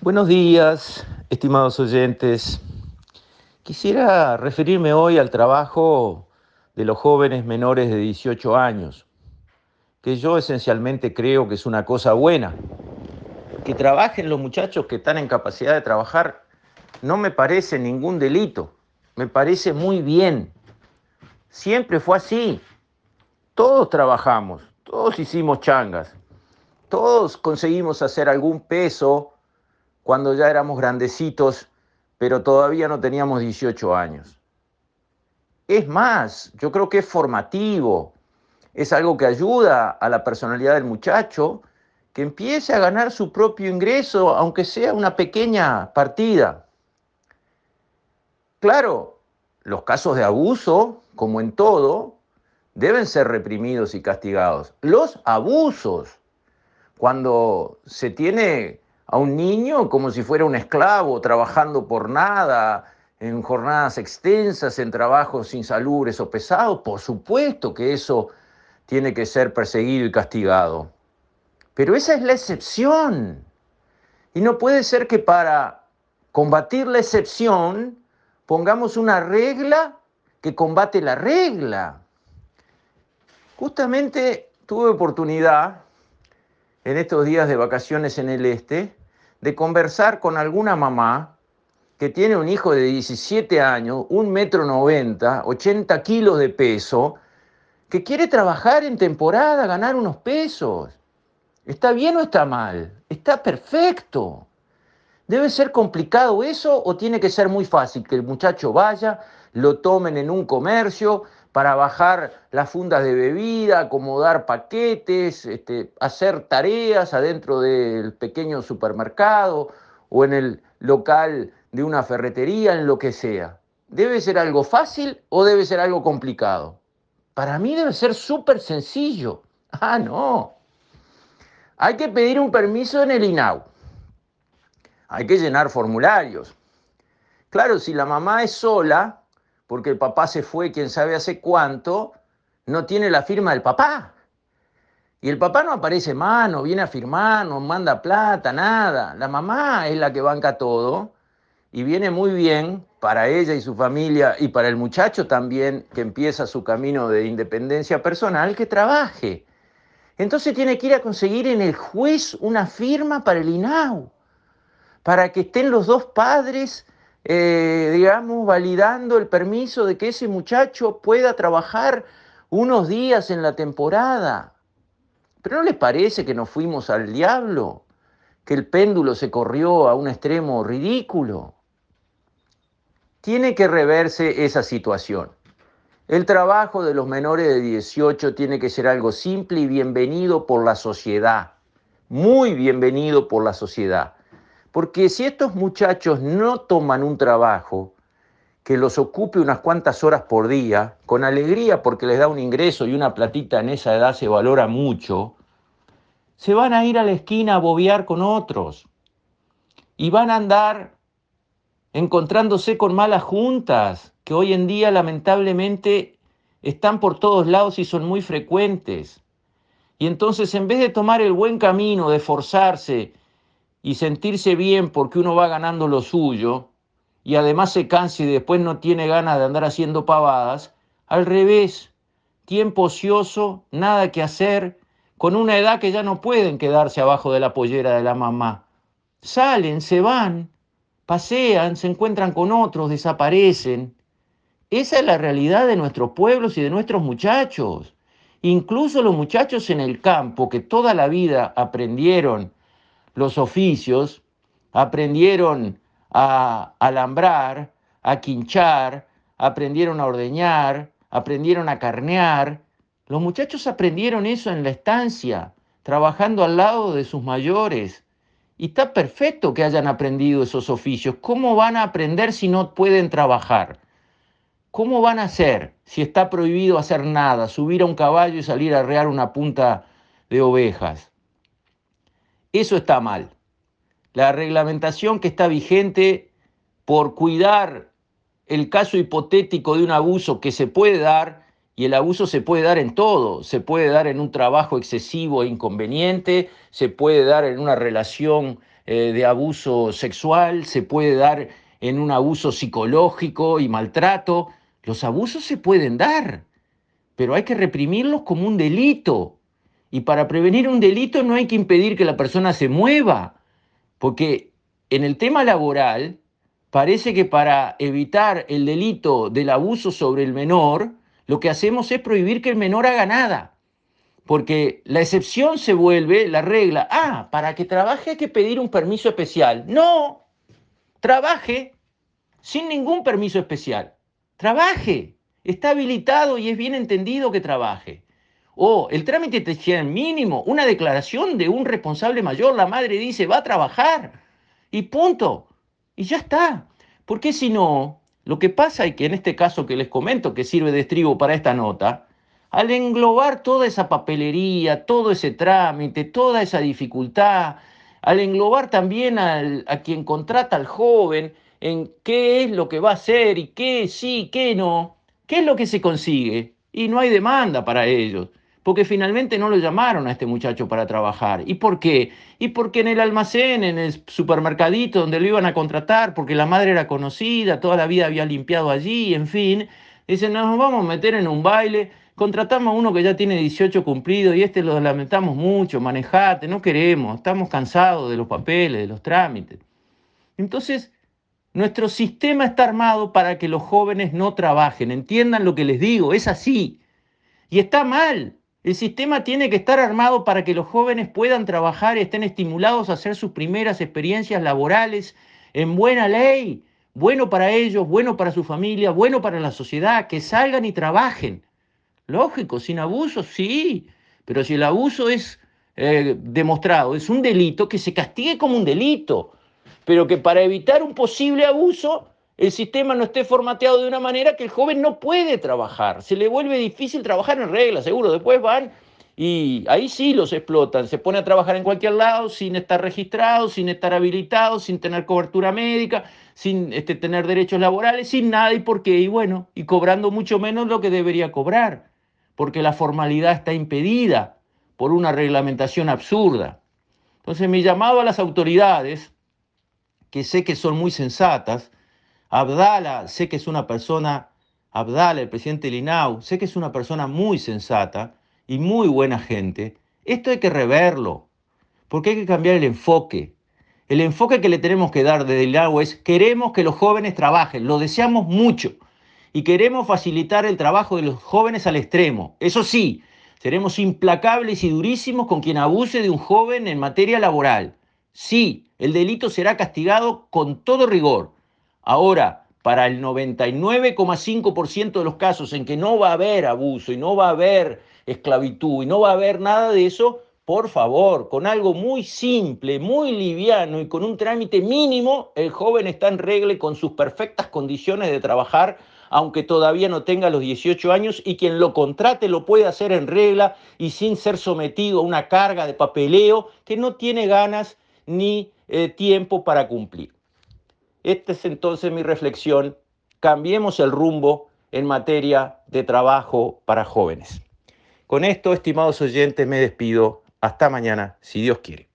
Buenos días, estimados oyentes. Quisiera referirme hoy al trabajo de los jóvenes menores de 18 años, que yo esencialmente creo que es una cosa buena. Que trabajen los muchachos que están en capacidad de trabajar no me parece ningún delito, me parece muy bien. Siempre fue así. Todos trabajamos, todos hicimos changas, todos conseguimos hacer algún peso cuando ya éramos grandecitos, pero todavía no teníamos 18 años. Es más, yo creo que es formativo, es algo que ayuda a la personalidad del muchacho, que empiece a ganar su propio ingreso, aunque sea una pequeña partida. Claro, los casos de abuso, como en todo, deben ser reprimidos y castigados. Los abusos, cuando se tiene a un niño como si fuera un esclavo, trabajando por nada, en jornadas extensas, en trabajos insalubres o pesados, por supuesto que eso tiene que ser perseguido y castigado. Pero esa es la excepción. Y no puede ser que para combatir la excepción pongamos una regla que combate la regla. Justamente tuve oportunidad en estos días de vacaciones en el este, de conversar con alguna mamá que tiene un hijo de 17 años, 1,90 m, 80 kilos de peso, que quiere trabajar en temporada, ganar unos pesos. ¿Está bien o está mal? Está perfecto. ¿Debe ser complicado eso o tiene que ser muy fácil? Que el muchacho vaya, lo tomen en un comercio para bajar las fundas de bebida, acomodar paquetes, hacer tareas adentro del pequeño supermercado o en el local de una ferretería, en lo que sea. ¿Debe ser algo fácil o debe ser algo complicado? Para mí debe ser súper sencillo. Ah, no. Hay que pedir un permiso en el INAU. Hay que llenar formularios. Claro, si la mamá es sola, porque el papá se fue quién sabe hace cuánto, no tiene la firma del papá. Y el papá no aparece más, no viene a firmar, no manda plata, nada. La mamá es la que banca todo y viene muy bien para ella y su familia y para el muchacho también que empieza su camino de independencia personal, que trabaje. Entonces tiene que ir a conseguir en el juez una firma para el INAU, para que estén los dos padres, digamos, validando el permiso de que ese muchacho pueda trabajar unos días en la temporada. ¿Pero no les parece que nos fuimos al diablo? ¿Que el péndulo se corrió a un extremo ridículo? Tiene que reverse esa situación. El trabajo de los menores de 18 tiene que ser algo simple y bienvenido por la sociedad. Muy bienvenido por la sociedad. Porque si estos muchachos no toman un trabajo que los ocupe unas cuantas horas por día, con alegría porque les da un ingreso y una platita en esa edad se valora mucho, se van a ir a la esquina a bobear con otros y van a andar encontrándose con malas juntas, que hoy en día lamentablemente están por todos lados y son muy frecuentes. Y entonces en vez de tomar el buen camino, de esforzarse y sentirse bien porque uno va ganando lo suyo, y además se cansa y después no tiene ganas de andar haciendo pavadas, al revés, tiempo ocioso, nada que hacer, con una edad que ya no pueden quedarse abajo de la pollera de la mamá. Salen, se van, pasean, se encuentran con otros, desaparecen. Esa es la realidad de nuestros pueblos y de nuestros muchachos. Incluso los muchachos en el campo que toda la vida aprendieron los oficios, aprendieron a alambrar, a quinchar, aprendieron a ordeñar, aprendieron a carnear. Los muchachos aprendieron eso en la estancia, trabajando al lado de sus mayores. Y está perfecto que hayan aprendido esos oficios. ¿Cómo van a aprender si no pueden trabajar? ¿Cómo van a hacer si está prohibido hacer nada, subir a un caballo y salir a arrear una punta de ovejas? Eso está mal. La reglamentación que está vigente por cuidar el caso hipotético de un abuso que se puede dar, y el abuso se puede dar en todo, se puede dar en un trabajo excesivo e inconveniente, se puede dar en una relación de abuso sexual, se puede dar en un abuso psicológico y maltrato. Los abusos se pueden dar, pero hay que reprimirlos como un delito. Y para prevenir un delito no hay que impedir que la persona se mueva, porque en el tema laboral parece que para evitar el delito del abuso sobre el menor, lo que hacemos es prohibir que el menor haga nada, porque la excepción se vuelve la regla. Ah, para que trabaje hay que pedir un permiso especial. No, trabaje sin ningún permiso especial. Trabaje, está habilitado y es bien entendido que trabaje. O el trámite te mínimo, una declaración de un responsable mayor, la madre dice va a trabajar y punto. Y ya está. Porque si no, lo que pasa es que en este caso que les comento, que sirve de estribo para esta nota, al englobar toda esa papelería, todo ese trámite, toda esa dificultad, al englobar también a quien contrata al joven en qué es lo que va a hacer y qué sí, qué no, qué es lo que se consigue. Y no hay demanda para ellos, porque finalmente no lo llamaron a este muchacho para trabajar. ¿Y por qué? Y porque en el almacén, en el supermercadito donde lo iban a contratar, porque la madre era conocida, toda la vida había limpiado allí, en fin, dicen, nos vamos a meter en un baile, contratamos a uno que ya tiene 18 cumplidos y este lo lamentamos mucho, manejate, no queremos, estamos cansados de los papeles, de los trámites. Entonces, nuestro sistema está armado para que los jóvenes no trabajen, entiendan lo que les digo, es así. Y está mal. El sistema tiene que estar armado para que los jóvenes puedan trabajar y estén estimulados a hacer sus primeras experiencias laborales en buena ley. Bueno para ellos, bueno para su familia, bueno para la sociedad, que salgan y trabajen. Lógico, sin abuso, sí, pero si el abuso es demostrado, es un delito, que se castigue como un delito, pero que para evitar un posible abuso, el sistema no esté formateado de una manera que el joven no puede trabajar, se le vuelve difícil trabajar en regla, seguro, después van y ahí sí los explotan, se pone a trabajar en cualquier lado sin estar registrado, sin estar habilitado, sin tener cobertura médica, sin tener derechos laborales, sin nada, ¿y por qué? Y bueno, y cobrando mucho menos lo que debería cobrar, porque la formalidad está impedida por una reglamentación absurda. Entonces mi llamado a las autoridades, que sé que son muy sensatas, Abdala, sé que es una persona, Abdala, el presidente del INAU, sé que es una persona muy sensata y muy buena gente. Esto hay que reverlo, porque hay que cambiar el enfoque. El enfoque que le tenemos que dar desde el INAU es, queremos que los jóvenes trabajen, lo deseamos mucho, y queremos facilitar el trabajo de los jóvenes al extremo. Eso sí, seremos implacables y durísimos con quien abuse de un joven en materia laboral. Sí, el delito será castigado con todo rigor. Ahora, para el 99,5% de los casos en que no va a haber abuso y no va a haber esclavitud y no va a haber nada de eso, por favor, con algo muy simple, muy liviano y con un trámite mínimo, el joven está en regla y con sus perfectas condiciones de trabajar, aunque todavía no tenga los 18 años, y quien lo contrate lo puede hacer en regla y sin ser sometido a una carga de papeleo que no tiene ganas ni tiempo para cumplir. Esta es entonces mi reflexión. Cambiemos el rumbo en materia de trabajo para jóvenes. Con esto, estimados oyentes, me despido. Hasta mañana, si Dios quiere.